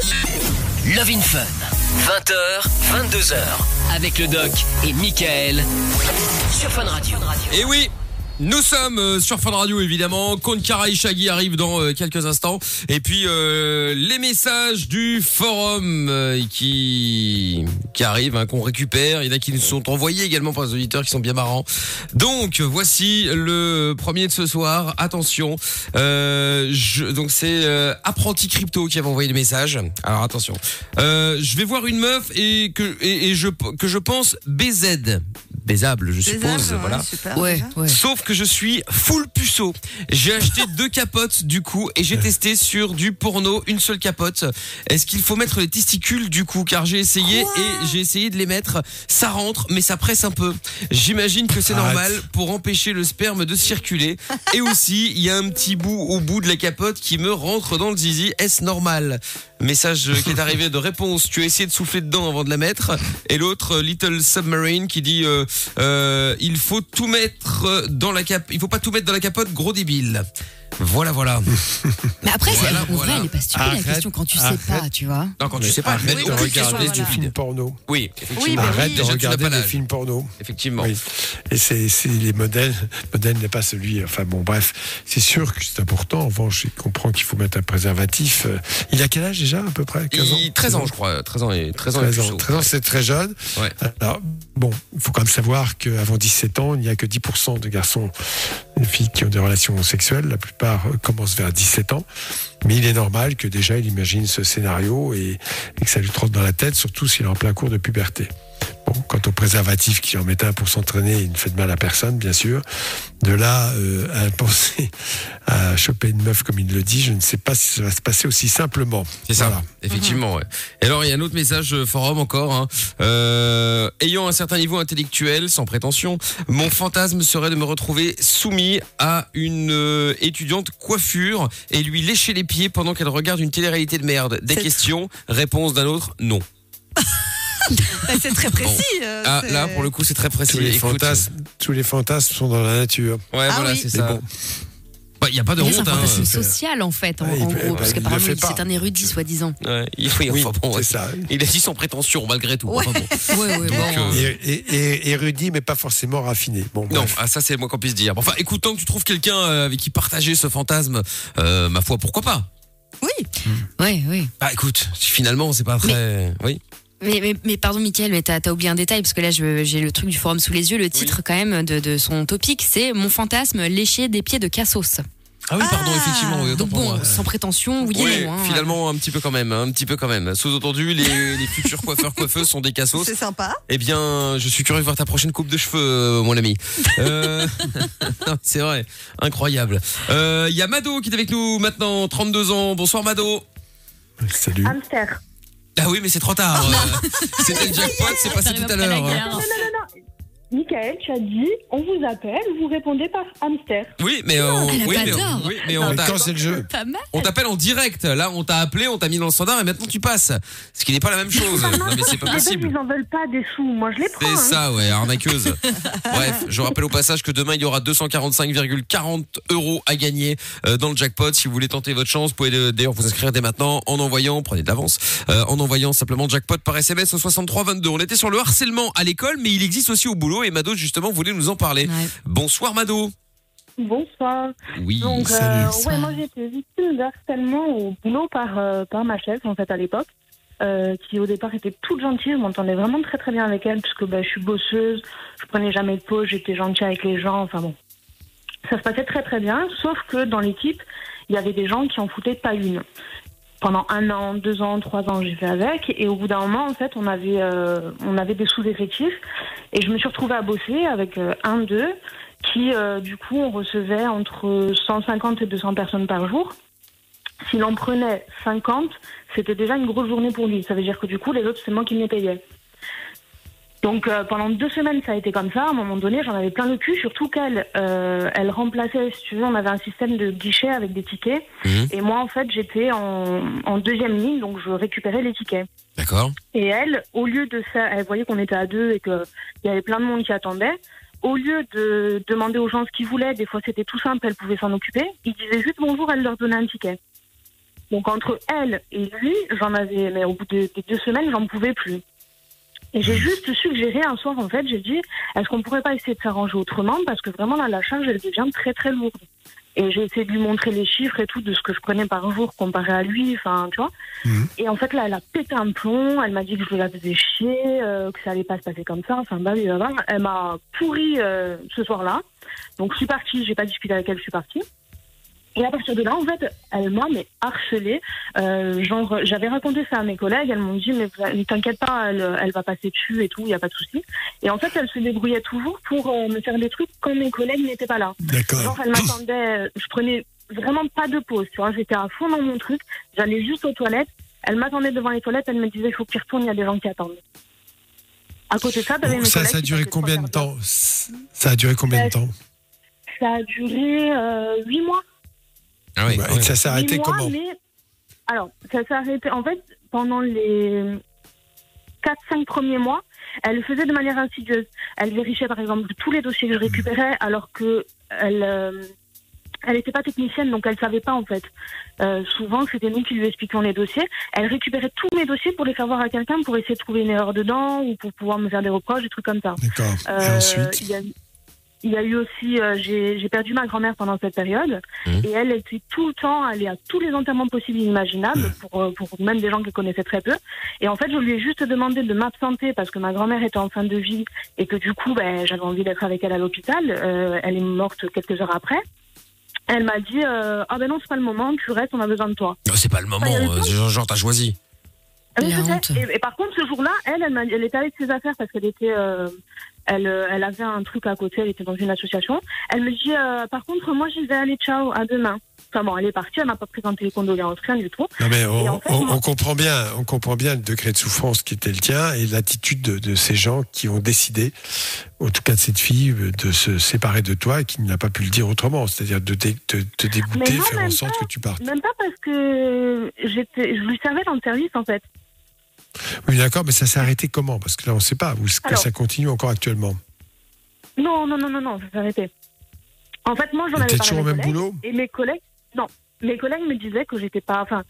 Love in Fun, 20h, 22h, avec le doc et Mickaël sur Fun Radio. Et oui, nous sommes sur Fun Radio évidemment. Konkara et Shaggy arrivent dans quelques instants. Et puis les messages du forum qui arrivent, hein, qu'on récupère. Il y en a qui nous sont envoyés également par les auditeurs qui sont bien marrants. Donc voici le premier de ce soir. Attention, donc c'est Apprenti Crypto qui avait envoyé le message. Alors attention, je vais voir une meuf et que je pense baisable, je suppose, voilà. Super, Ouais. Sauf que je suis full puceau. J'ai acheté 2 capotes du coup et j'ai testé sur du porno une seule capote. Est-ce qu'il faut mettre les testicules du coup? Car j'ai essayé et j'ai essayé de les mettre. Ça rentre mais ça presse un peu. J'imagine que c'est normal pour empêcher le sperme de circuler. Et aussi il y a un petit bout au bout de la capote qui me rentre dans le zizi. Est-ce normal? Message qui est arrivé de réponse. Tu as essayé de souffler dedans avant de la mettre. Et l'autre Little Submarine qui dit il faut tout mettre dans la il faut pas tout mettre dans la capote, gros débile. Voilà. Mais après, Voilà, en vrai, elle est pas stupide la question quand tu sais pas, tu vois. Non, quand tu sais pas, arrête de aucune question regarder n'est des stupide. films porno. Oui, effectivement. Arrête de Déjà, tu n'as regarder pas des l'âge. films porno. Effectivement. Oui. Et c'est les modèles. Le modèle n'est pas celui. Enfin bon, bref. C'est sûr que c'est important. En revanche, il comprend qu'il faut mettre un préservatif. Il a quel âge déjà, à peu près? 15 ans? 13 ans, je crois. 13 ans et 13 ans, c'est très jeune. Ouais. Alors, bon, il faut quand même savoir qu'avant 17 ans, il n'y a que 10% de garçons et de filles qui ont des relations sexuelles. La plupart commencent vers 17 ans. Mais il est normal que déjà il imagine ce scénario et que ça lui trotte dans la tête, surtout s'il est en plein cours de puberté. Bon, quant au préservatif qu'il en met un pour s'entraîner, il ne fait de mal à personne, bien sûr. De là à penser à choper une meuf comme il le dit, je ne sais pas si ça va se passer aussi simplement. C'est ça, Voilà. effectivement. Ouais. Et alors, il y a un autre message forum encore. Hein. Ayant un certain niveau intellectuel, sans prétention, mon fantasme serait de me retrouver soumis à une étudiante coiffure et lui lécher les pieds pendant qu'elle regarde une télé-réalité de merde. Des questions, réponse d'un autre, non. C'est très précis. Là, pour le coup, c'est très précis. Tous les fantasmes sont dans la nature. Ouais, Ah voilà, oui. c'est Mais ça. bon. Il n'y a pas de Mais c'est honte. un fantasme Hein. social en fait, en Ouais, gros, parce il le qu'apparemment fait pas. c'est un érudit soi-disant. Ouais, Oui, enfin, bon, c'est ça. il a dit sans prétention, malgré tout. Ouais. Enfin, bon. Ouais, Donc, bon. Et érudit, mais pas forcément raffiné. Bon, Non, bref. ça c'est le moins qu'on puisse dire. Bon, enfin, écoute, tant que tu trouves quelqu'un avec qui partager ce fantasme, ma foi, pourquoi pas? Oui. Bah écoute, finalement, c'est pas très... Oui. Mais pardon Mickaël, mais t'as oublié un détail parce que là j'ai le truc du forum sous les yeux. Le titre quand même de son topic, c'est mon fantasme lécher des pieds de cassos. Ah oui, pardon, effectivement. Oui, autant Donc pour bon, moi. sans prétention, oui Oui, et non. Hein. finalement, un petit peu quand même. Sous-entendu, les futurs coiffeurs-coiffeuses sont des cassos. C'est sympa. Eh bien, je suis curieux de voir ta prochaine coupe de cheveux, mon ami. Non, c'est vrai, incroyable. Il y a Mado qui est avec nous maintenant, 32 ans. Bonsoir Mado. Salut. Hamster. Ah oui, mais c'est trop tard. C'était le jackpot, c'est passé tout à l'heure. Non. Mickaël, tu as dit, on vous appelle, vous répondez par hamster. Oui, mais elle a oui, pas mais, tort. oui, mais Mais quand c'est le jeu? Pas mal. on t'appelle en direct. Là, on t'a appelé, on t'a mis dans le standard et maintenant tu passes. Ce qui n'est pas la même chose. Non, mais c'est pas Les bêtes, possible. ils en veulent pas des sous. Moi, je les prends. C'est hein. ça, ouais, arnaqueuse. Bref, je rappelle au passage que demain, il y aura 245,40 € à gagner dans le jackpot. Si vous voulez tenter votre chance, vous pouvez d'ailleurs vous inscrire dès maintenant en envoyant, prenez de l'avance, en envoyant simplement jackpot par SMS au 6322. On était sur le harcèlement à l'école, mais il existe aussi au boulot et Mado, justement, voulait nous en parler. Ouais. Bonsoir Mado. Bonsoir. Oui. Donc, Salut. moi, j'ai été victime de harcèlement au boulot par ma chef, en fait, à l'époque. Qui au départ était toute gentille, je m'entendais vraiment très très bien avec elle puisque je suis bosseuse, je prenais jamais de pause, j'étais gentille avec les gens, enfin bon, ça se passait très très bien, sauf que dans l'équipe il y avait des gens qui en foutaient pas une. Pendant 1 an, 2 ans, 3 ans j'ai fait avec et au bout d'un moment en fait on avait des sous-effectifs et je me suis retrouvée à bosser avec un d'eux qui du coup on recevait entre 150 et 200 personnes par jour. S'il en prenait 50, c'était déjà une grosse journée pour lui. Ça veut dire que du coup, les autres, c'est moi qui me les payais. Donc pendant 2 semaines, ça a été comme ça. À un moment donné, j'en avais plein le cul, surtout qu'elle elle remplaçait, si tu veux, on avait un système de guichet avec des tickets. Et moi, en fait, j'étais en deuxième ligne, donc je récupérais les tickets. D'accord. Et elle, au lieu de faire, elle voyait qu'on était à 2 et qu'il y avait plein de monde qui attendait. Au lieu de demander aux gens ce qu'ils voulaient, des fois c'était tout simple, elle pouvait s'en occuper. Ils disaient juste bonjour, elle leur donnait un ticket. Donc entre elle et lui, mais au bout des 2 semaines, j'en pouvais plus. Et j'ai juste suggéré un soir, en fait, j'ai dit, est-ce qu'on pourrait pas essayer de s'arranger autrement, parce que vraiment là, la charge, elle devient très très lourde. Et j'ai essayé de lui montrer les chiffres et tout de ce que je prenais par jour comparé à lui, enfin, tu vois. Et en fait, là, elle a pété un plomb, elle m'a dit que je la faisais chier, que ça allait pas se passer comme ça, enfin, bah, elle m'a pourri ce soir-là. Donc, je suis partie, j'ai pas discuté avec elle, je suis partie. Et à partir de là, en fait, elle m'a harcelée. Genre, j'avais raconté ça à mes collègues. Elles m'ont dit, mais ne t'inquiète pas, elle va passer dessus et tout, il y a pas de souci. Et en fait, elle se débrouillait toujours pour me faire des trucs quand mes collègues n'étaient pas là. D'accord. Genre, elle m'attendait. Je prenais vraiment pas de pause. Tu vois, j'étais à fond dans mon truc. J'allais juste aux toilettes. Elle m'attendait devant les toilettes. Elle me disait, il faut que tu retournes. Il y a des gens qui attendent. À côté de ça, t'avais mes collègues. Ça a duré combien de temps? Ça a duré combien de temps? Ça a duré 8 mois. Ah oui. Et ça s'est arrêté comment? Alors, ça s'est arrêté, en fait, pendant les 4-5 premiers mois, elle le faisait de manière insidieuse. Elle vérifiait, par exemple, tous les dossiers que je récupérais, alors que elle n'était pas technicienne, donc elle savait pas, en fait. Souvent, c'était nous qui lui expliquions les dossiers. Elle récupérait tous mes dossiers pour les faire voir à quelqu'un, pour essayer de trouver une erreur dedans, ou pour pouvoir me faire des reproches, des trucs comme ça. D'accord. Et ensuite? Il y a eu aussi, j'ai perdu ma grand-mère pendant cette période, et elle était tout le temps allée à tous les enterrements possibles et inimaginables, pour même des gens qu'elle connaissait très peu. Et en fait, je lui ai juste demandé de m'absenter parce que ma grand-mère était en fin de vie et que du coup, j'avais envie d'être avec elle à l'hôpital. Elle est morte quelques heures après. Elle m'a dit, ah ben non, c'est pas le moment, tu restes, on a besoin de toi. Non, c'est pas le moment, genre t'as choisi. Oui, je sais. Et par contre, ce jour-là, elle était avec ses affaires parce qu'elle était, elle avait un truc à côté, elle était dans une association. Elle me dit, par contre, moi, j'y vais aller, ciao, à demain. Enfin bon, elle est partie, elle m'a pas présenté les condoléances, rien du tout. Non mais on comprend bien le degré de souffrance qui était le tien et l'attitude de ces gens qui ont décidé, en tout cas de cette fille, de se séparer de toi et qui n'a pas pu le dire autrement, c'est-à-dire de te dégoûter, faire en sorte que tu partes. Même pas parce que je lui servais dans le service, en fait. Oui, d'accord, mais ça s'est arrêté comment? Parce que là, on ne sait pas. Ou que ça continue encore actuellement? Non, ça s'est arrêté. En fait, moi, j'en avais parlé toujours au même boulot? Et mes collègues me disaient que j'étais pas... Enfin,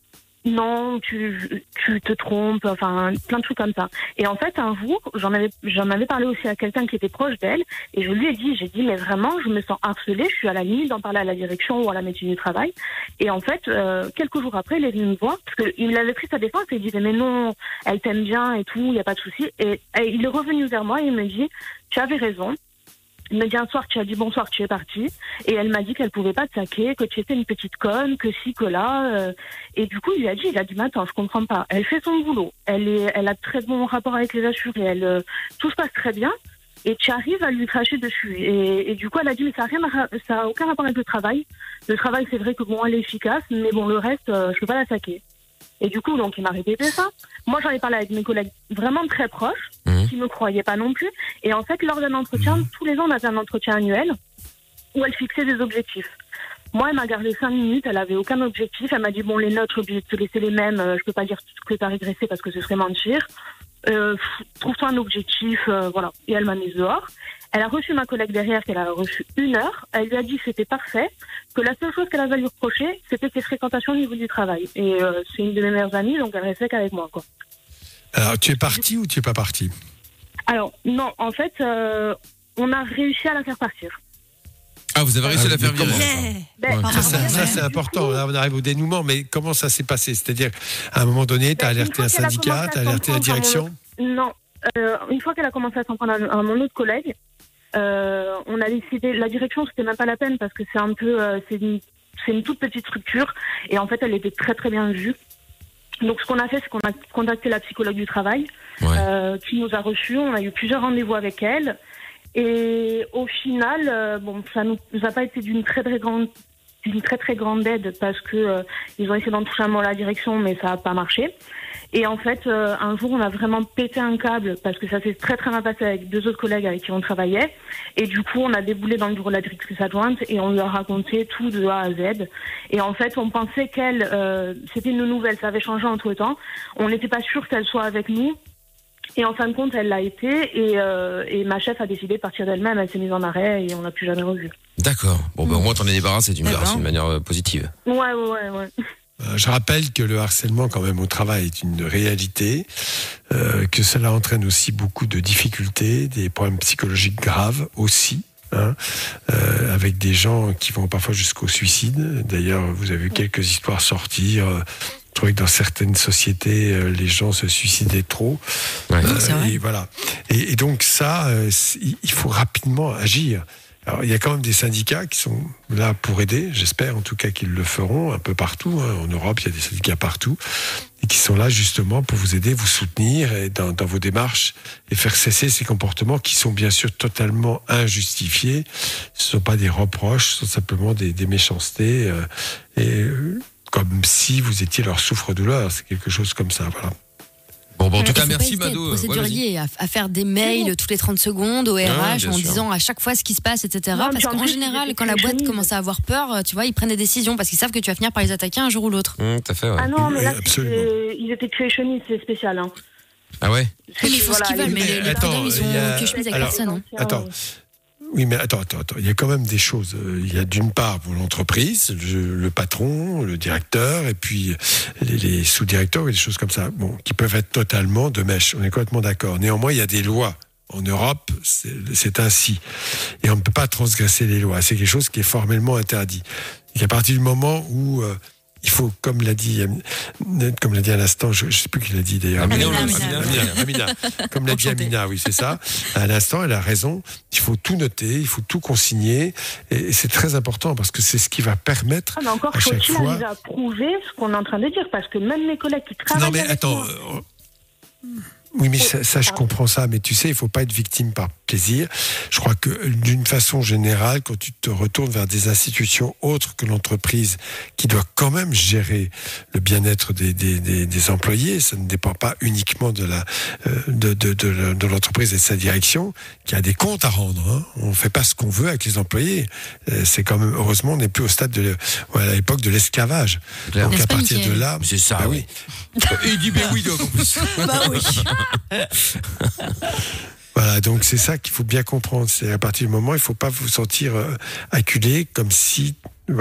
non, tu te trompes, enfin, plein de trucs comme ça. Et en fait, un jour, j'en avais parlé aussi à quelqu'un qui était proche d'elle, et je lui ai dit, mais vraiment, je me sens harcelée, je suis à la limite d'en parler à la direction ou à la médecine du travail. Et en fait, quelques jours après, il est venu me voir, parce qu'il avait pris sa défense, et il disait, mais non, elle t'aime bien et tout, il n'y a pas de souci. Et il est revenu vers moi, et il me dit, tu avais raison. Il m'a dit un soir, tu as dit bonsoir, tu es partie. Et elle m'a dit qu'elle pouvait pas te saquer, que tu étais une petite conne, que si, que là. Et du coup, il a dit, mais attends, je comprends pas. Elle fait son boulot. Elle a de très bon rapport avec les assurés. Tout se passe très bien. Et tu arrives à lui cracher dessus. Et du coup, elle a dit, mais ça a aucun rapport avec le travail. Le travail, c'est vrai que bon, elle est efficace, mais bon, le reste, je peux pas la saquer. Et du coup, donc, il m'a répété ça. Moi, j'en ai parlé avec mes collègues vraiment très proches, qui me croyaient pas non plus. Et en fait, lors d'un entretien, tous les ans, on avait un entretien annuel où elle fixait des objectifs. Moi, elle m'a gardé 5 minutes, elle avait aucun objectif. Elle m'a dit, bon, les notes, je suis obligée de te laisser les mêmes. Je peux pas dire que tu as régressé parce que ce serait mentir. Trouve-toi un objectif, voilà. Et elle m'a mise dehors. Elle a reçu ma collègue derrière, qu'elle a reçu 1 heure. Elle lui a dit que c'était parfait, que la seule chose qu'elle avait à lui reprocher, c'était ses fréquentations au niveau du travail. Et c'est une de mes meilleures amies, donc elle restait qu'avec moi, quoi. Alors, tu es partie ou tu es pas partie? Alors, non, en fait, on a réussi à la faire partir. Ah, vous avez réussi à la faire virer. Ça, c'est important. Là, on arrive au dénouement, mais comment ça s'est passé? C'est-à-dire, à un moment donné, tu as alerté un syndicat, tu as alerté la direction? Non. Une fois qu'elle a commencé à s'en prendre à mon autre collègue, on a décidé, la direction, c'était même pas la peine parce que c'est un peu, c'est une toute petite structure et en fait, elle était très très bien vue. Donc, ce qu'on a fait, c'est qu'on a contacté la psychologue du travail, qui nous a reçus. On a eu plusieurs rendez-vous avec elle. Et au final, ça nous a pas été d'une très très grande aide parce que ils ont essayé d'en toucher un mot à la direction, mais ça a pas marché. Et en fait, un jour, on a vraiment pété un câble parce que ça s'est très très mal passé avec 2 autres collègues avec qui on travaillait. Et du coup, on a déboulé dans le bureau de la directrice adjointe et on lui a raconté tout de A à Z. Et en fait, on pensait qu'elle, c'était une nouvelle, ça avait changé entre temps. On n'était pas sûr qu'elle soit avec nous. Et en fin de compte, elle l'a été et ma chef a décidé de partir d'elle-même. Elle s'est mise en arrêt et on l'a plus jamais revue. D'accord. Bon, au moins t'en es débarrassé d'une manière positive. Ouais. Je rappelle que le harcèlement quand même au travail est une réalité, que cela entraîne aussi beaucoup de difficultés, des problèmes psychologiques graves aussi. Avec des gens qui vont parfois jusqu'au suicide. D'ailleurs, vous avez vu quelques histoires sortir. Je trouvais que dans certaines sociétés, les gens se suicidaient trop. Ouais. C'est vrai. Et voilà. Et donc ça, il faut rapidement agir. Alors, il y a quand même des syndicats qui sont là pour aider, j'espère en tout cas qu'ils le feront un peu partout. En Europe, il y a des syndicats partout et qui sont là justement pour vous aider, vous soutenir et dans vos démarches et faire cesser ces comportements qui sont bien sûr totalement injustifiés. Ce ne sont pas des reproches, ce sont simplement des méchancetés comme si vous étiez leur souffre-douleur. C'est quelque chose comme ça, voilà. Bon, en tout Il cas, faut merci pas hésiter à être Mado. Ouais, vas-y. procédurier, à faire des mails toutes les 30 secondes au RH bien en sûr. disant à chaque fois ce qui se passe, etc. Non, Parce puis en qu'en plus, général, ils quand la boîte étaient commence à avoir peur, tu vois, ils prennent des décisions parce qu'ils savent que tu vas finir par les attaquer un jour ou l'autre. Tout à fait, ouais. Ah non, mais Oui, là, absolument. ils étaient creationnistes, c'est spécial. Hein. Ah ouais? Oui, mais ils font ce qu'ils veulent, mais les attends, prud'hommes, ils sont il y a- que chemise avec alors, personne. Hein. Attends. Oui, mais attends. Il y a quand même des choses. Il y a d'une part pour l'entreprise, le patron, le directeur, et puis les sous-directeurs et des choses comme ça, qui peuvent être totalement de mèche. On est complètement d'accord. Néanmoins, il y a des lois. En Europe, c'est ainsi. Et on ne peut pas transgresser les lois. C'est quelque chose qui est formellement interdit. Et à partir du moment où il faut, comme l'a dit à l'instant, je ne sais plus qui l'a dit d'ailleurs. Amina. Amina. Comme l'a dit Amina, oui, c'est ça. À l'instant, elle a raison. Il faut tout noter, il faut tout consigner. Et c'est très important parce que c'est ce qui va permettre Mais encore à chaque faut-il fois. arriver à prouver ce qu'on est en train de dire, parce que même mes collègues qui travaillent Non, mais avec attends. moi, Oui, mais ça, je comprends ça. Mais tu sais, il faut pas être victime par plaisir. Je crois que d'une façon générale, quand tu te retournes vers des institutions autres que l'entreprise, qui doit quand même gérer le bien-être des employés, ça ne dépend pas uniquement de l'entreprise et de sa direction, qui a des comptes à rendre. Hein. On fait pas ce qu'on veut avec les employés. C'est quand même, heureusement, on n'est plus au stade à l'époque de l'esclavage. Claire. Donc N'est-ce à pas, partir de Mickaël là, C'est ça, bah oui. Et il dit ben oui, donc en plus. Bah oui. Voilà, donc c'est ça qu'il faut bien comprendre. C'est à partir du moment, il ne faut pas vous sentir acculé comme si,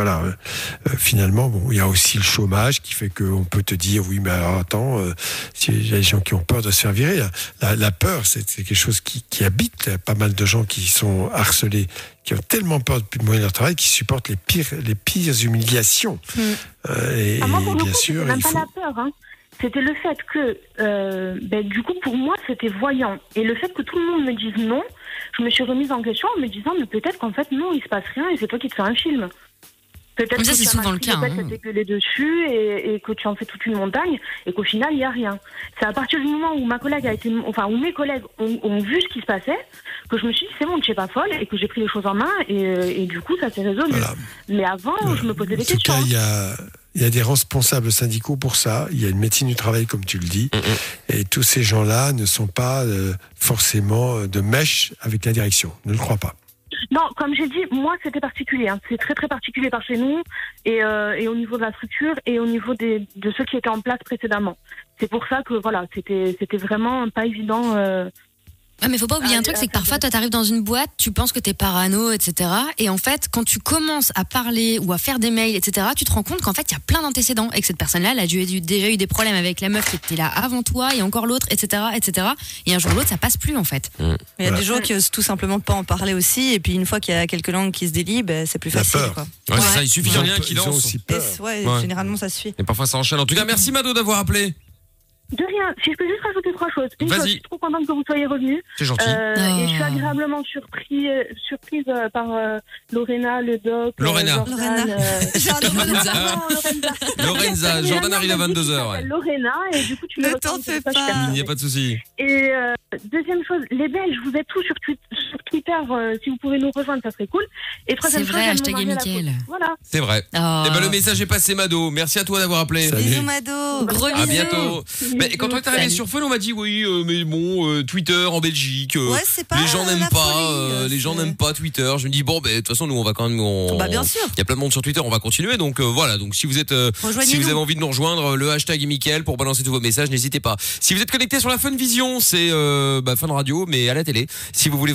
finalement, il y a aussi le chômage qui fait qu'on peut te dire, oui, mais alors attends, il y a des gens qui ont peur de se faire virer. La peur, c'est quelque chose qui habite. Il y a pas mal de gens qui sont harcelés, qui ont tellement peur depuis le moyen de leur travail, qui supportent les pires humiliations. Et moi, pour le bien coup, sûr, c'était même il pas faut... la peur. Hein. C'était le fait que, du coup, pour moi, c'était voyant. Et le fait que tout le monde me dise non, je me suis remise en question en me disant, mais peut-être qu'en fait, non, il se passe rien et c'est toi qui te fais un film. Peut-être Mais ça, que c'est tu as souvent mal le pris cas, tête, hein. que t'es gueulé dessus et que tu en fais toute une montagne et qu'au final, il n'y a rien. C'est à partir du moment où où mes collègues ont vu ce qui se passait que je me suis dit, c'est bon, tu n'es pas folle et que j'ai pris les choses en main et du coup, ça s'est résolu. Voilà. Mais avant, je me posais des En tout questions. cas, il y a des responsables syndicaux pour ça. Il y a une médecine du travail, comme tu le dis. Et tous ces gens-là ne sont pas forcément de mèche avec la direction. Ne le crois pas. Non, comme j'ai dit, moi c'était particulier. Hein. C'est très très particulier par chez nous et au niveau de la structure et au niveau de ceux qui étaient en place précédemment. C'est pour ça que voilà, c'était vraiment pas évident. Ouais, mais faut pas oublier un truc, c'est que parfois, toi, t'arrives dans une boîte, tu penses que t'es parano, etc. Et en fait, quand tu commences à parler ou à faire des mails, etc., tu te rends compte qu'en fait, il y a plein d'antécédents et que cette personne-là, elle a déjà eu des problèmes avec la meuf qui était là avant toi et encore l'autre, etc., etc. Et un jour ou l'autre, ça passe plus, en fait. Il y a Voilà. des gens qui osent tout simplement pas en parler aussi, et puis une fois qu'il y a quelques langues qui se délient, c'est plus La facile. peur. Quoi. Ouais, c'est ça, il suffit Ils qu'il ont, y en ait un qui ils ont lance. aussi Et peur. ouais, Ouais. généralement ça suffit. Et parfois ça enchaîne. En tout cas, merci Mado d'avoir appelé. De rien. Si je peux juste rajouter 3 choses. Une Vas-y. chose, je suis trop contente que vous soyez revenus. C'est gentil. Et je suis agréablement surprise par Lorena, le doc. Lorena. Jordan, J'ai un nouveau nom. Lorenza, Jordan arrive à 22h. Ouais. Lorena, et du coup, tu me Ne ressens, t'en fais c'est super pas. Il n'y a pas de souci. Et deuxième chose, les Belges, vous êtes tous sur Twitter. Si vous pouvez nous rejoindre, ça serait cool. Et troisième C'est vrai, chose, hashtag j'aime mon mari à la Mickaël. faute. Voilà. C'est vrai. Oh. Eh ben le message est passé Mado. Merci à toi d'avoir appelé. Salut. Bisous Mado. Gros À bisous. bientôt. Mais quand on est arrivé Salut. sur Fun, on m'a dit oui, mais bon, Twitter en Belgique, Ouais, c'est pas les gens n'aiment la pas, folie, les gens c'est- n'aiment pas Twitter. Je me dis bon, ben de toute façon nous on va quand même. Bah, bien sûr. Il y a plein de monde sur Twitter, on va continuer. Donc voilà. Donc si vous êtes, si Rejoignez-nous. vous avez envie de nous rejoindre, le hashtag est Mickaël pour balancer tous vos messages, n'hésitez pas. Si vous êtes connecté sur la Fun Vision, c'est Fun Radio, mais à la télé. Si vous voulez voir ça, c'est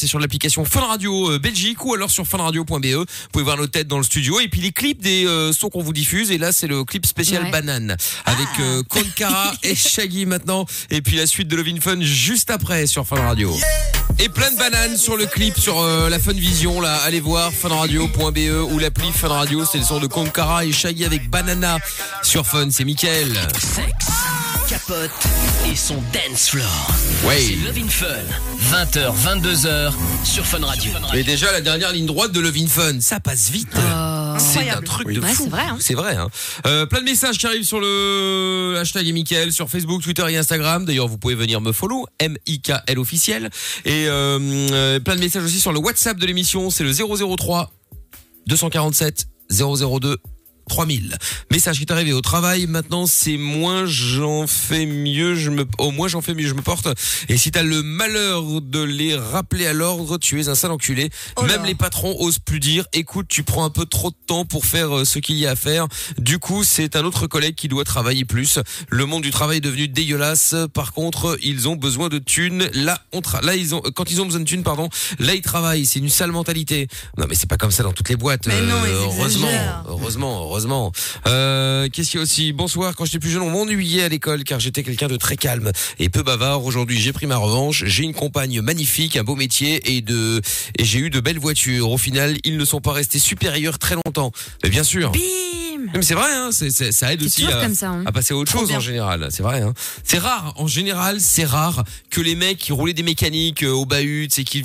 sur l'application Fun Radio Belgique ou alors sur funradio.be. Vous pouvez voir nos têtes dans le studio et puis les clips des sons qu'on vous diffuse. Et là, c'est le clip spécial Banane avec Konkara et Shaggy maintenant. Et puis la suite de Love in Fun juste après sur Fun Radio. Et plein de bananes sur le clip sur la Fun Vision là, allez voir funradio.be ou l'appli Fun Radio, c'est le son de Konkara et Shaggy avec Banana sur Fun, c'est Mickaël. Sexe, capote et son dance floor. Ouais. C'est Love in Fun, 20h, 22h sur Fun Radio. Et déjà la dernière ligne droite de Love in Fun, ça passe vite. C'est un truc de fou. C'est vrai. Hein. C'est vrai. Hein. Plein de messages qui arrivent sur le hashtag et Mickaël sur Facebook, Twitter et Instagram. D'ailleurs, vous pouvez venir me follow, MIKL officiel. Et plein de messages aussi sur le WhatsApp de l'émission, c'est le 003 247 002 3000. Message qui est arrivé au travail. Maintenant, c'est moins j'en fais mieux, moins j'en fais mieux, je me porte. Et si t'as le malheur de les rappeler à l'ordre, tu es un sale enculé. Même les patrons osent plus dire, écoute, tu prends un peu trop de temps pour faire ce qu'il y a à faire. Du coup, c'est un autre collègue qui doit travailler plus. Le monde du travail est devenu dégueulasse. Par contre, ils ont besoin de thunes. Quand ils ont besoin de thunes, là, ils travaillent. C'est une sale mentalité. Non, mais c'est pas comme ça dans toutes les boîtes. Mais non, heureusement. Qu'est-ce qu'il y a aussi? Bonsoir, quand j'étais plus jeune, on m'ennuyait à l'école car j'étais quelqu'un de très calme et peu bavard. Aujourd'hui, j'ai pris ma revanche. J'ai une compagne magnifique, un beau métier et j'ai eu de belles voitures. Au final, ils ne sont pas restés supérieurs très longtemps. Mais bien sûr. Bim. Mais c'est vrai, hein, ça aide aussi à passer à autre chose en général. C'est vrai, hein. C'est rare, en général, c'est rare que les mecs qui roulaient des mécaniques au bahut, c'est qui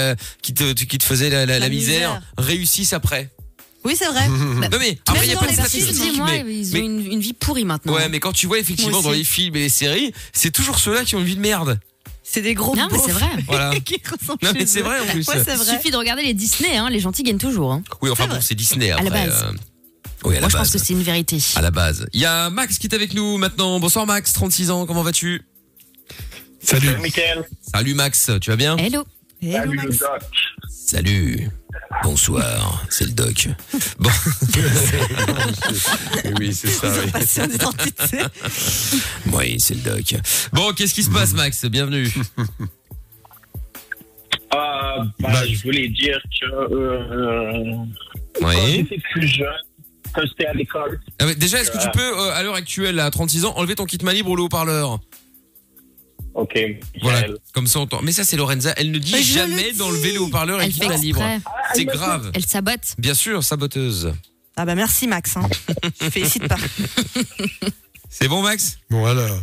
te faisaient la misère, réussissent après. Oui, c'est vrai. Non mais après il y a pas de statistiques. statistiques, Ils ont une vie pourrie maintenant. Ouais, mais quand tu vois effectivement dans les films et les séries, c'est toujours ceux-là qui ont une vie de merde. C'est des gros Non, mais c'est vrai. Voilà. qui ressemblent Non mais chez c'est eux. vrai en plus. Ouais, c'est Il vrai. suffit de regarder les Disney, hein, les gentils gagnent toujours. Hein. Oui, enfin bon, c'est Disney après. À la base. Oui, à la Moi, je base. pense que c'est une vérité. À la base. Il y a Max qui est avec nous maintenant. Bonsoir Max, 36 ans, comment vas-tu? Salut. Salut Mickaël. Salut Max, tu vas bien? Hello. Hello, Salut Max. le doc. Salut. Bonsoir, c'est le doc. Bon. Oui, c'est ça. Oui. Passion d'identité. Oui, c'est le doc. Bon, qu'est-ce qui se passe Max? Bienvenue. Je voulais dire que quand Oui. j'étais plus jeune, quand j'étais à l'école, Ah ouais, déjà, est-ce que tu peux, à l'heure actuelle, à 36 ans, enlever ton kit main libre ou le haut-parleur? ok, Voilà, Mickaël. comme ça on entend. Mais ça, c'est Lorenza. Elle ne dit Mais je jamais le dis. d'enlever le haut-parleur et le Elle kit fait main libre. exprès. C'est grave. Elle sabote. Bien sûr, saboteuse. Ah bah merci Max. Hein. Je félicite pas. C'est bon, Max? Bon, alors.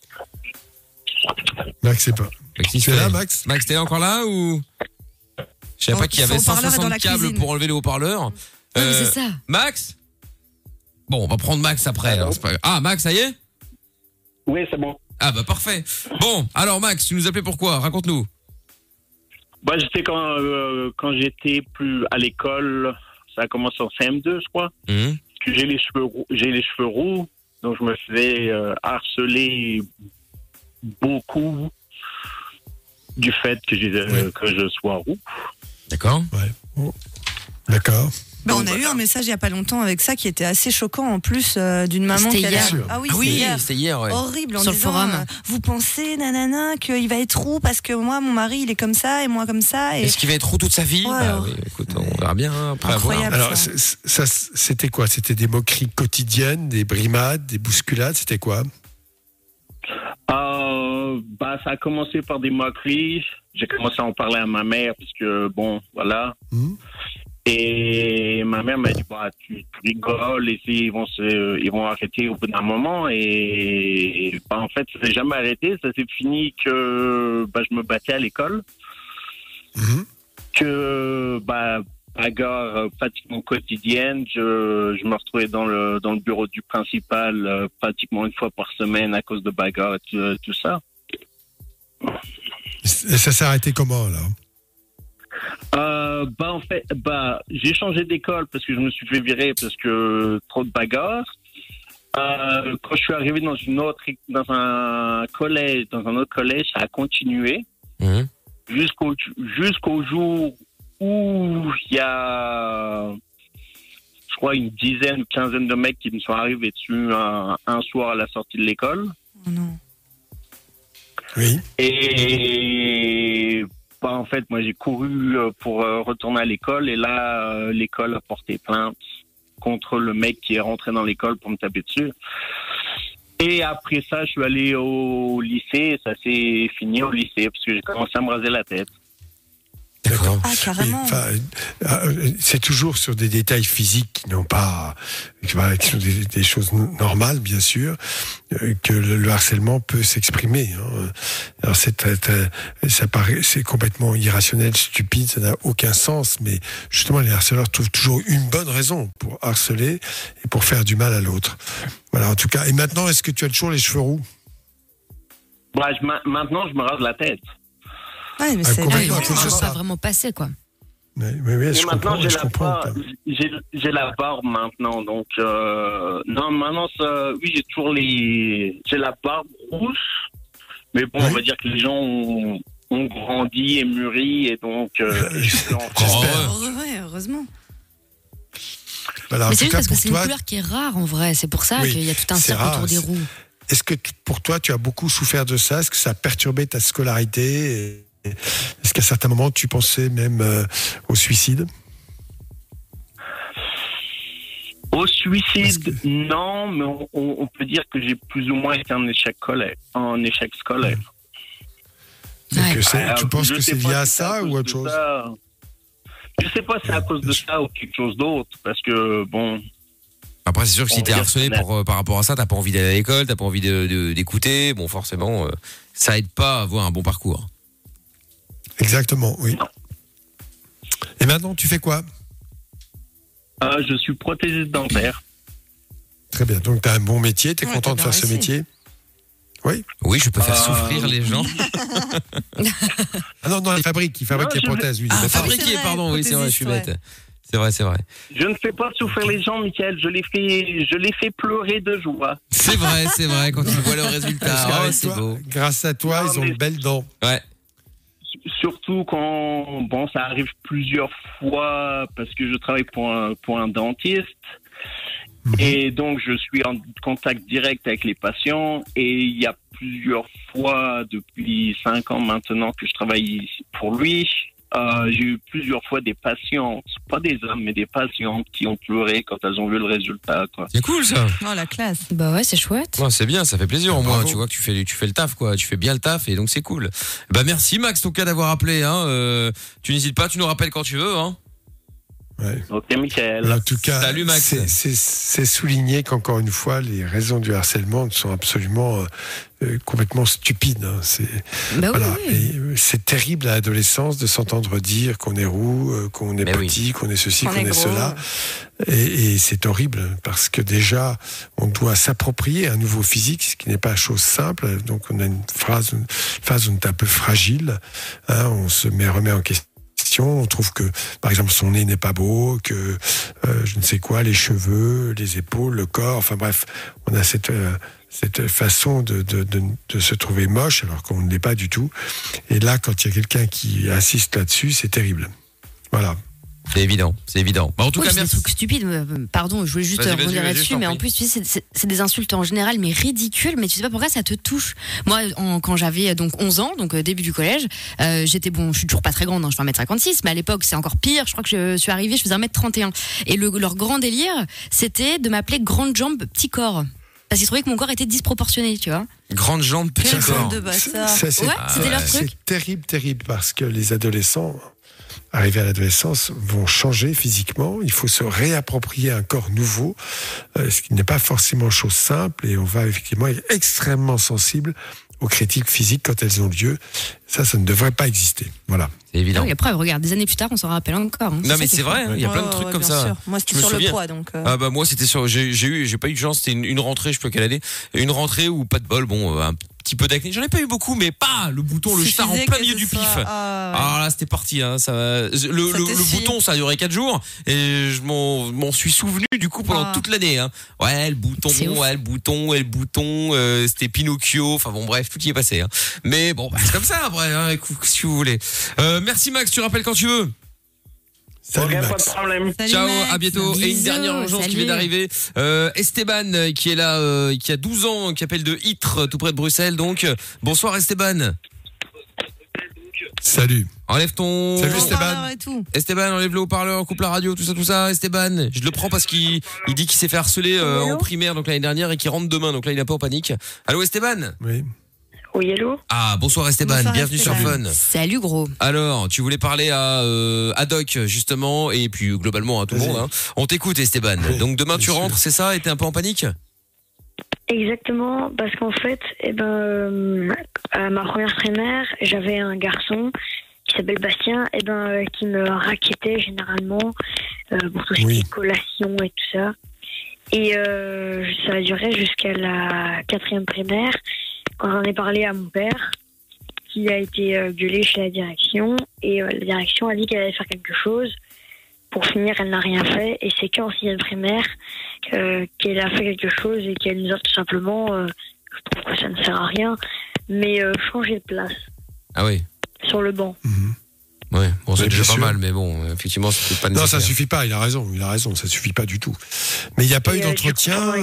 Max, c'est pas. Max, il Tu es fait. là, Max? Max, t'es là encore là ou? Je savais Oh, pas qu'il y avait son haut-parleur est dans 160 la câbles cuisine. pour enlever le haut-parleur. Non, mais c'est ça. Max? Bon, on va prendre Max après. Alors, c'est pas... Ah, Max, ça y est? Oui, c'est bon. Ah bah parfait. Bon, alors Max, tu nous appelais pourquoi? Raconte-nous. J'étais quand j'étais plus à l'école, ça a commencé en CM2, je crois. Hum. Que j'ai les cheveux roux, donc je me faisais harceler beaucoup du fait que je sois roux. D'accord. Ouais. Oh. D'accord. Bah, on a eu un message il y a pas longtemps avec ça qui était assez choquant en plus d'une maman C'était qui allait. hier. Ah oui, Ah c'était oui, hier. c'était hier, ouais. Horrible en Sur le disant forum. vous pensez nanana qu'il va être roux parce que moi mon mari il est comme ça et moi comme ça et Est-ce qu'il va être roux toute sa vie? Ouais, Bah alors. oui, écoute, on verra bien hein, après Incroyable. avoir. Alors, ça. c'était quoi? C'était des moqueries quotidiennes, des brimades, des bousculades? C'était quoi? Ça a commencé par des moqueries. J'ai commencé à en parler à ma mère parce que bon, voilà. Et ma mère m'a dit tu rigoles et ils vont arrêter au bout d'un moment et en fait ça s'est jamais arrêté. Ça s'est fini que je me battais à l'école, que bagarre pratiquement quotidienne. Je me retrouvais dans le bureau du principal pratiquement une fois par semaine à cause de bagarres et tout ça. Et ça s'est arrêté comment, là? En fait, j'ai changé d'école parce que je me suis fait virer parce que trop de bagarres. Quand je suis arrivé dans un autre collège, ça a continué jusqu'au jour où il y a, je crois, une dizaine ou quinzaine de mecs qui me sont arrivés dessus un soir à la sortie de l'école. Oh non. Oui. Et Bah, en fait, moi, j'ai couru pour retourner à l'école et là, l'école a porté plainte contre le mec qui est rentré dans l'école pour me taper dessus. Et après ça, je suis allé au lycée et ça s'est fini au lycée parce que j'ai commencé à me raser la tête. D'accord. Ah, carrément. C'est toujours sur des détails physiques qui n'ont pas, qui sont des choses normales, bien sûr, que le harcèlement peut s'exprimer. Hein. Alors ça paraît, c'est complètement irrationnel, stupide, ça n'a aucun sens. Mais justement, les harceleurs trouvent toujours une bonne raison pour harceler et pour faire du mal à l'autre. Voilà, en tout cas. Et maintenant, est-ce que tu as toujours les cheveux roux? Bah, maintenant, je me rase la tête. Ouais, mais c'est complètement, ça c'est va ça. pas vraiment passer, quoi. Oui, Et je maintenant, comprends. Je comprends. j'ai la barbe maintenant, donc non, maintenant, oui, j'ai toujours j'ai la barbe rouge, mais bon, Oui. on va dire que les gens ont grandi et mûri, et donc je suis plus en- Ouais, heureusement. Voilà, en Mais c'est tout juste cas, parce que pour c'est une toi, couleur qui est rare en vrai. C'est pour ça Oui, qu'il y a tout un c'est cercle rare, autour des roues. est-ce que pour toi, tu as beaucoup souffert de ça? Est-ce que ça a perturbé ta scolarité? Est-ce qu'à certains moments, tu pensais même au suicide? Au suicide, non, mais on peut dire que j'ai plus ou moins été en échec scolaire. Donc, Ouais. tu penses Je que sais c'est pas lié à si c'est ça cause ou autre de chose? ça. Je sais pas si c'est à cause de ça ou quelque chose d'autre, parce que bon. Après, c'est sûr que si On t'es va dire harcelé que c'est par rapport à ça, t'as pas envie d'aller à l'école, t'as pas envie d'écouter. Bon, forcément, ça aide pas à avoir un bon parcours. Exactement, oui. Et maintenant, tu fais quoi? Je suis prothésiste dentaire. Très bien. Donc, tu as un bon métier. Tu es Ouais, content t'as de bien faire ce réussi. métier? Oui. Oui, je peux faire souffrir les gens. Ah non, il fabrique Non, les je prothèses. Oui, Ah, d'accord. fabriquer, c'est vrai, pardon. Oui, c'est vrai, je suis prothésiste, bête. C'est vrai. Je ne fais pas souffrir les gens, Mickaël. Je les fais pleurer de joie. C'est vrai, quand tu vois le résultat. Parce Ah qu'avec ouais, c'est toi, beau. grâce à toi, Non, ils ont mais- de belles dents. Ouais. Surtout quand, bon, ça arrive plusieurs fois parce que je travaille pour un dentiste. Et donc, je suis en contact direct avec les patients. Et il y a plusieurs fois, depuis 5 ans maintenant que je travaille pour lui, j'ai eu plusieurs fois des patientes, pas des hommes, mais des patientes qui ont pleuré quand elles ont vu le résultat, quoi. C'est cool ça. Oh, la classe. Bah ouais, c'est chouette. Ouais, c'est bien, ça fait plaisir au moins. Bravo. Tu vois que tu fais le taf, quoi. Tu fais bien le taf et donc c'est cool. Bah merci Max, en tout cas d'avoir appelé. Hein. Tu n'hésites pas, tu nous rappelles quand tu veux. Hein. Ouais. Ok, Mickaël. En tout cas, Salut, Max. c'est souligné qu'encore une fois, les raisons du harcèlement sont absolument complètement stupides. Hein. Bah oui, Voilà. oui. Et, c'est terrible à l'adolescence de s'entendre dire qu'on est roux, qu'on est Mais oui. petit, qu'on est ceci, Qu'on qu'on est est gros. cela. Et c'est horrible parce que déjà, on doit s'approprier un nouveau physique, ce qui n'est pas chose simple. Donc, on a une phase où on est un peu fragile. Hein, on se remet en question. On trouve que, par exemple, son nez n'est pas beau, que je ne sais quoi, les cheveux, les épaules, le corps, enfin bref, on a cette façon de se trouver moche alors qu'on ne l'est pas du tout. Et là, quand il y a quelqu'un qui insiste là-dessus, c'est terrible. Voilà. C'est évident. Bah, en tout Oui, cas, c'est des merci. trucs stupides. Pardon, je voulais juste Vas-y, rebondir je là-dessus, t'en mais en prie. plus, tu sais, c'est des insultes en général, mais ridicules. Mais tu sais pas pourquoi ça te touche. Moi, quand j'avais donc 11 ans, donc début du collège, je suis toujours pas très grande, hein, je fais 1m56, mais à l'époque, c'est encore pire. Je crois que je suis arrivée, je faisais 1m31. Et leur grand délire, c'était de m'appeler grande jambe, petit corps. Parce qu'ils trouvaient que mon corps était disproportionné, tu vois. Grande jambe, petit Quelle corps. bande de bâtards. C'est- Ouais, c'était leur truc. C'est terrible parce que les adolescents, arrivés à l'adolescence, vont changer physiquement. Il faut se réapproprier un corps nouveau, ce qui n'est pas forcément chose simple. Et on va effectivement être extrêmement sensible aux critiques physiques quand elles ont lieu. Ça ne devrait pas exister. Voilà. C'est évident. Ah oui, la preuve, regarde, des années plus tard, on s'en rappelle encore. hein. Non mais ça qui c'est est fou. vrai, hein, il y a plein de Ouais, trucs ouais, comme bien ça. sûr. Moi, Je c'était me sur le souviens. poids, donc. Ah bah moi c'était sur j'ai pas eu de chance, c'était une rentrée, je sais pas quelle année, une rentrée où pas de bol, bon un petit peu d'acné, j'en ai pas eu beaucoup mais pas le bouton, le star en Suffisait plein que milieu ce du pif. soit- Ah, ouais. Ah là c'était parti hein, ça le Ça te le suit. bouton ça a duré 4 jours et je m'en suis souvenu du coup pendant Ah. toute l'année hein. Ouais, le bouton, C'est ouf. le bouton, c'était Pinocchio, enfin bon bref, tout y est passé hein. Mais bon, bah, c'est comme ça après hein, écoute, si vous voulez. Merci Max, tu rappelles quand tu veux. Salut Ok, pas Max. de problème. Salut, Ciao, Max. à bientôt. Et une Bisous, dernière urgence qui salut. vient d'arriver. Esteban qui est là, qui a 12 ans, qui appelle de Ytre, tout près de Bruxelles. Donc, bonsoir Esteban. Salut. Enlève ton... Salut, Esteban. Haut-parleur et tout. Esteban, enlève le haut-parleur, coupe la radio, tout ça. Esteban, je le prends parce qu'il dit qu'il s'est fait harceler en primaire donc l'année dernière et qu'il rentre demain. Donc là, il est un peu en panique. Allô, Esteban? Oui. Oui, allô. Ah, bonsoir Esteban, Bonsoir, bienvenue Esteban. sur Fun. Salut gros. Alors, tu voulais parler à Doc justement et puis globalement à tout le Vas-y. monde. Hein. On t'écoute Esteban. Oui, Donc demain bien tu sûr. rentres, c'est ça? Et t'es un peu en panique? Exactement, parce qu'en fait, à ma première primaire, j'avais un garçon qui s'appelle Bastien, qui me rackettait généralement pour tout ce qui est collation et tout ça. Et ça a duré jusqu'à la 4e primaire, quand j'en ai parlé à mon père, qui a été gueulé chez la direction, et la direction a dit qu'elle allait faire quelque chose. Pour finir, elle n'a rien fait, et c'est qu'en 6e primaire qu'elle a fait quelque chose et qu'elle nous a tout simplement, je trouve que ça ne sert à rien, mais changé de place Ah oui. sur le banc. Ouais, bon, c'est Oui, déjà bien pas sûr. mal, mais bon, effectivement, c'est pas Non, nécessaire. ça suffit pas, il a raison, ça suffit pas du tout. Mais il n'y a pas eu d'entretien.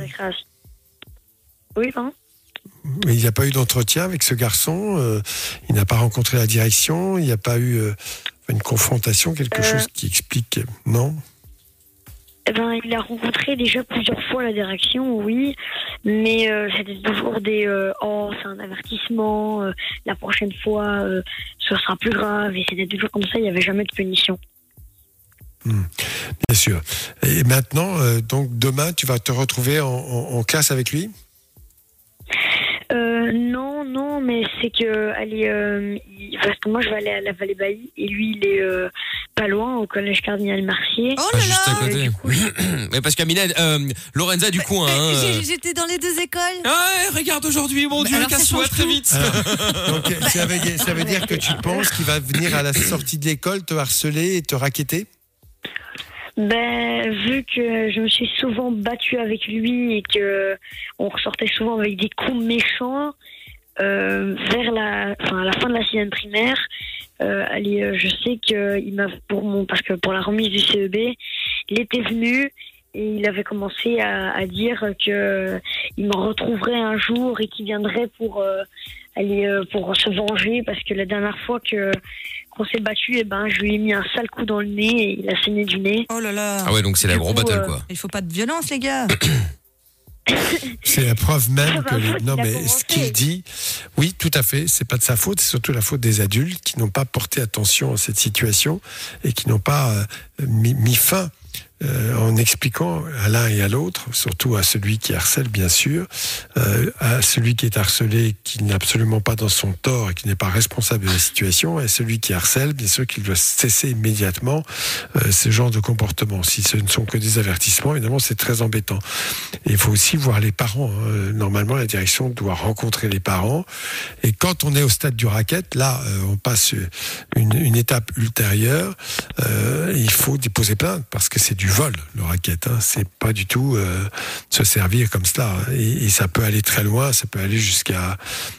Oui, pardon. Mais il n'y a pas eu d'entretien avec ce garçon. Il n'a pas rencontré la direction. Il n'y a pas eu une confrontation, quelque chose qui explique. Non. Il a rencontré déjà plusieurs fois la direction, oui, mais c'était toujours des c'est un avertissement, la prochaine fois ce sera plus grave, et c'était toujours comme ça, il n'y avait jamais de punition. Bien sûr. Et maintenant, donc demain, tu vas te retrouver en classe avec lui? Non, mais c'est que parce que moi je vais aller à la Vallée Bailly et lui il est pas loin au collège Cardinal Mercier. Oh Ah, là juste à là. côté. Mais parce qu'Amina, Lorenza du coin. Hein, J'étais dans les deux écoles. Ah, regarde aujourd'hui, mon Dieu, alors, ça casse-toi change très tout. vite. Donc, ça veut dire que tu penses qu'il va venir à la sortie de l'école te harceler et te raqueter? Vu que je me suis souvent battue avec lui et que on ressortait souvent avec des coups méchants, vers à la fin de la 6e primaire, je sais qu'il m'a parce que pour la remise du CEB, il était venu et il avait commencé à dire que il me retrouverait un jour et qu'il viendrait pour se venger, parce que la dernière fois qu'on s'est battu, je lui ai mis un sale coup dans le nez et il a saigné du nez. Oh là là. Ah ouais, donc c'est la Du gros coup, battle quoi. Il faut pas de violence, les gars. C'est la preuve même que non, mais commencé. ce qu'il dit, oui, tout à fait, c'est pas de sa faute, c'est surtout la faute des adultes qui n'ont pas porté attention à cette situation et qui n'ont pas mis fin en expliquant à l'un et à l'autre, surtout à celui qui harcèle bien sûr, à celui qui est harcelé, qui n'est absolument pas dans son tort et qui n'est pas responsable de la situation, et celui qui harcèle, bien sûr qu'il doit cesser immédiatement ce genre de comportement. Si ce ne sont que des avertissements, évidemment c'est très embêtant. Et il faut aussi voir les parents. Normalement la direction doit rencontrer les parents, et quand on est au stade du racket, là on passe une étape ultérieure, il faut déposer plainte parce que c'est du vol, le racket. C'est pas du tout se servir comme cela. Et ça peut aller très loin, ça peut aller jusqu'à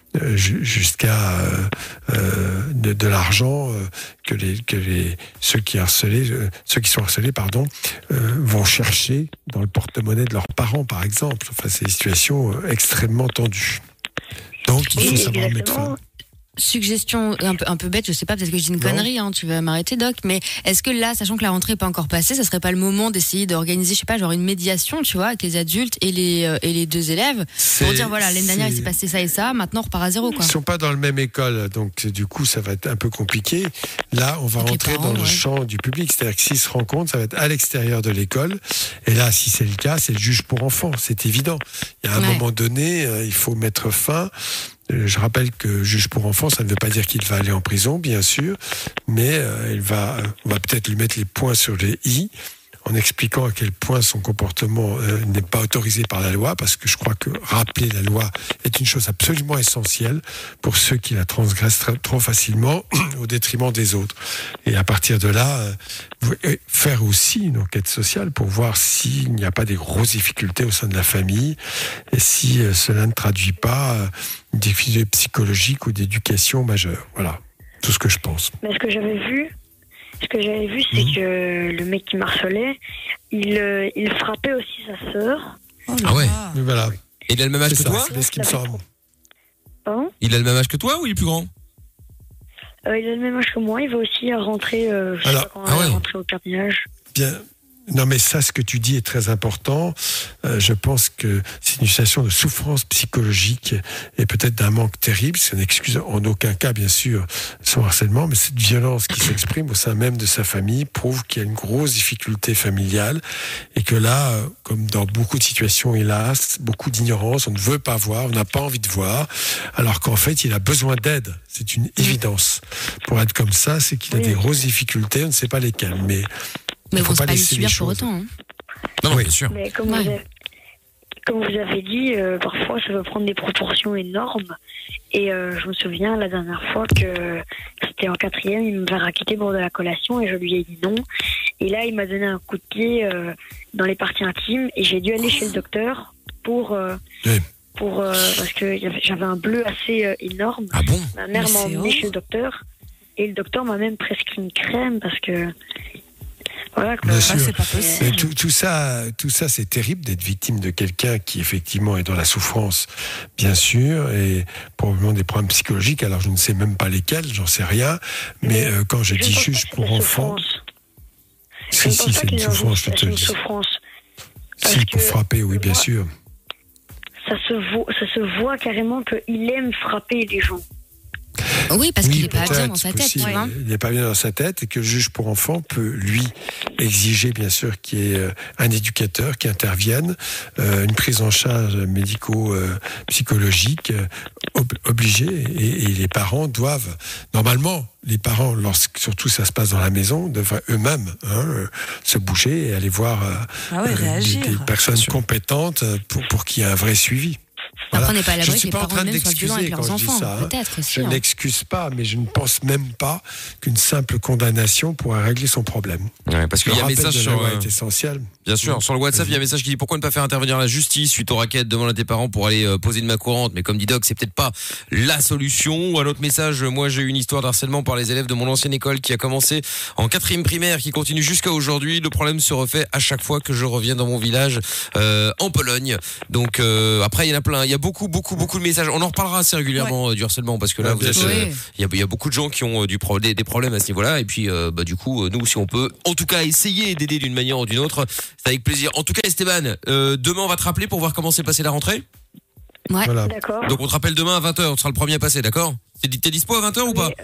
de l'argent que ceux qui sont harcelés, vont chercher dans le porte-monnaie de leurs parents, par exemple. Enfin, c'est des situations extrêmement tendues. Donc, il faut savoir mettre fin. Suggestion un peu bête, je sais pas, peut-être que je dis une connerie, hein, tu vas m'arrêter Doc, mais est-ce que là, sachant que la rentrée n'est pas encore passée, ça serait pas le moment d'essayer d'organiser, je sais pas, genre une médiation, tu vois, avec les adultes et les deux élèves, pour dire voilà, l'année dernière il s'est passé ça et ça, maintenant on repart à zéro, quoi. Ils sont pas dans le même école, donc du coup ça va être un peu compliqué. Là, on va Avec les rentrer parents, dans le champ du public, c'est-à-dire que s'ils se rencontrent, ça va être à l'extérieur de l'école. Et là, si c'est le cas, c'est le juge pour enfants, c'est évident. Il y a un moment donné, il faut mettre fin. Je rappelle que juge pour enfants, ça ne veut pas dire qu'il va aller en prison, bien sûr, mais on va peut-être lui mettre les points sur les i, en expliquant à quel point son comportement n'est pas autorisé par la loi, parce que je crois que rappeler la loi est une chose absolument essentielle pour ceux qui la transgressent trop facilement au détriment des autres. Et à partir de là, faire aussi une enquête sociale pour voir s'il n'y a pas des grosses difficultés au sein de la famille et si cela ne traduit pas une difficulté psychologique ou d'éducation majeure. Voilà, tout ce que je pense. Mais ce que j'avais vu, c'est que le mec qui m'harcelait, il frappait aussi sa sœur. Oh Ah ouais. Mais voilà. Et il a le même âge C'est que ça, toi? c'est ce qui me semble. Pardon ? Il a le même âge que toi ou il est plus grand? Il a le même âge que moi, il va aussi rentrer, je sais pas quand il va rentrer au cardinage. Bien. Non, mais ça, ce que tu dis est très important. Je pense que c'est une situation de souffrance psychologique et peut-être d'un manque terrible. Ça n'excuse en aucun cas, bien sûr, son harcèlement, mais cette violence qui s'exprime au sein même de sa famille prouve qu'il y a une grosse difficulté familiale et que là, comme dans beaucoup de situations, hélas, beaucoup d'ignorance, on ne veut pas voir, on n'a pas envie de voir, alors qu'en fait, il a besoin d'aide. C'est une évidence. Pour être comme ça, c'est qu'il a des grosses difficultés, on ne sait pas lesquelles, mais il ne faut pas les laisser subir les pour choses. autant. Hein. Non, bien sûr. Mais comme vous avez dit, parfois ça peut prendre des proportions énormes. Et je me souviens la dernière fois que c'était en 4e, il m'avait raquetté pour de la collation et je lui ai dit non. Et là, il m'a donné un coup de pied dans les parties intimes et j'ai dû aller chez le docteur pour parce que j'avais un bleu assez énorme. Ah bon? Ma mère m'a emmené chez le docteur et le docteur m'a même prescrit une crème parce que voilà, bien sûr. c'est pas possible. Tout ça, c'est terrible d'être victime de quelqu'un qui effectivement est dans la souffrance, bien sûr, et probablement des problèmes psychologiques. Alors je ne sais même pas lesquels, j'en sais rien. Mais quand je dis juge pour enfants, si c'est une souffrance, je te le dis. Si pour frapper, oui, bien sûr. Ça se voit carrément qu'il aime frapper les gens. Oui, parce qu'il n'est pas bien dans sa tête, possible. tu vois. Il n'est pas bien dans sa tête et que le juge pour enfants peut, lui, exiger, bien sûr, qu'il y ait un éducateur qui intervienne, une prise en charge médico-psychologique obligée et les parents doivent, normalement, les parents, surtout ça se passe dans la maison, devraient eux-mêmes se bouger et aller voir des personnes compétentes pour qu'il y ait un vrai suivi. Après, on n'est pas à Je l'abri ne que suis les pas en parents train eux-mêmes soient violents d'excuser avec quand leurs je dis enfants. ça. Peut-être aussi. Je n'excuse pas, mais je ne pense même pas qu'une simple condamnation pourra régler son problème. Ouais, parce qu'il y a un message sur est essentiel. Bien sûr, sur le WhatsApp, il y a un message qui dit pourquoi ne pas faire intervenir la justice suite aux raquettes, demande à tes parents pour aller poser une main courante. Mais comme dit Doc, c'est peut-être pas la solution. Ou un autre message, moi j'ai eu une histoire d'harcèlement par les élèves de mon ancienne école qui a commencé en 4e primaire, qui continue jusqu'à aujourd'hui. Le problème se refait à chaque fois que je reviens dans mon village en Pologne. Donc après il y en a plein, il y a beaucoup de messages. On en reparlera assez régulièrement du harcèlement parce que là vous êtes, il y a beaucoup de gens qui ont des problèmes à ce niveau-là. Et puis du coup nous si on peut, en tout cas essayer d'aider d'une manière ou d'une autre, c'est avec plaisir. En tout cas Esteban, demain on va te rappeler pour voir comment s'est passée la rentrée. Ouais. Voilà. D'accord. Donc on te rappelle demain à 20h, tu seras le premier à passer, d'accord? T'es dispo à 20h ou pas?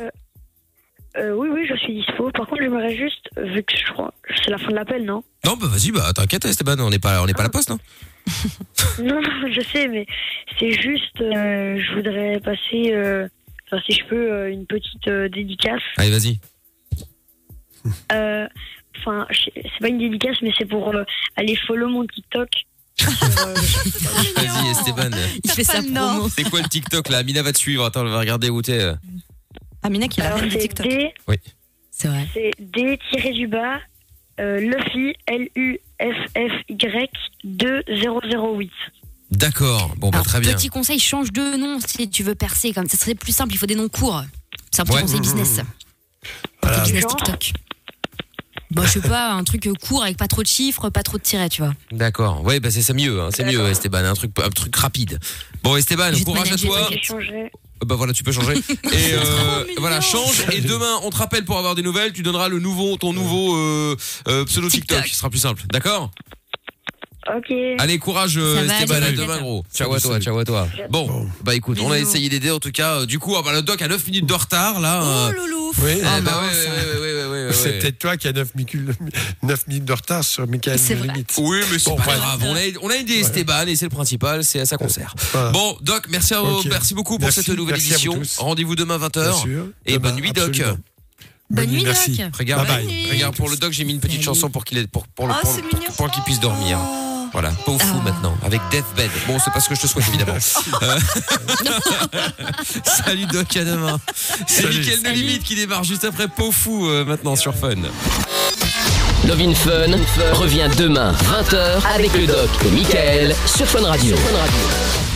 Oui, je suis dispo. Par contre, j'aimerais juste, vu que je crois, c'est la fin de l'appel, non? Non, bah vas-y, t'inquiète Esteban, on n'est pas à la poste, non? Non, je sais, mais c'est juste, je voudrais passer, si je peux, une petite dédicace. Allez, vas-y. C'est pas une dédicace, mais c'est pour aller follow mon TikTok. Vas-y Esteban. Il fait sa promo. C'est quoi le TikTok là? Amina va te suivre, attends, on va regarder où t'es. Amina qui a la reine du c'est TikTok. Oui. C'est vrai. C'est D-du-bas Luffy Luffy 2008. D'accord, bon bah Alors, très bien. petit conseil, change de nom si tu veux percer, comme ça serait plus simple, il faut des noms courts. C'est un petit conseil business. Voilà. Business TikTok. Bon, je sais pas, un truc court avec pas trop de chiffres, pas trop de tirets, tu vois. D'accord, ouais, bah c'est ça mieux, c'est mieux Esteban, un truc rapide. Bon Esteban, Je vais te courage à manager, toi. t'inquiète. Bah voilà, tu peux changer. Et voilà, change. Et demain, on te rappelle pour avoir des nouvelles. Tu donneras ton nouveau pseudo TikTok. Ce sera plus simple, d'accord? Ok. Allez, courage Esteban, à demain gros. Ciao à toi. Bon, bah écoute, on a essayé d'aider en tout cas. Du coup, le doc a 9 minutes de retard là. Oh loulou. Oui, ouais. c'est peut-être toi qui as 9 minutes de retard sur Michael Limite. Oui, mais c'est pas grave. On a aidé Esteban et c'est le principal, c'est à ça qu'on sert. Voilà. Bon, Doc, merci beaucoup pour cette nouvelle édition. Rendez-vous demain 20h. Et bonne nuit, Doc. Bonne nuit, Doc. Regarde pour le Doc, j'ai mis une petite chanson pour qu'il puisse dormir. Voilà, pas au fou maintenant, avec Deathbed. Bon, c'est pas ce que je te souhaite évidemment. Salut Doc, à demain. C'est Mickaël No Limite qui démarre juste après Pau Fou maintenant sur Fun. Love Fun revient demain 20h avec le Doc et Mickaël sur Fun Radio.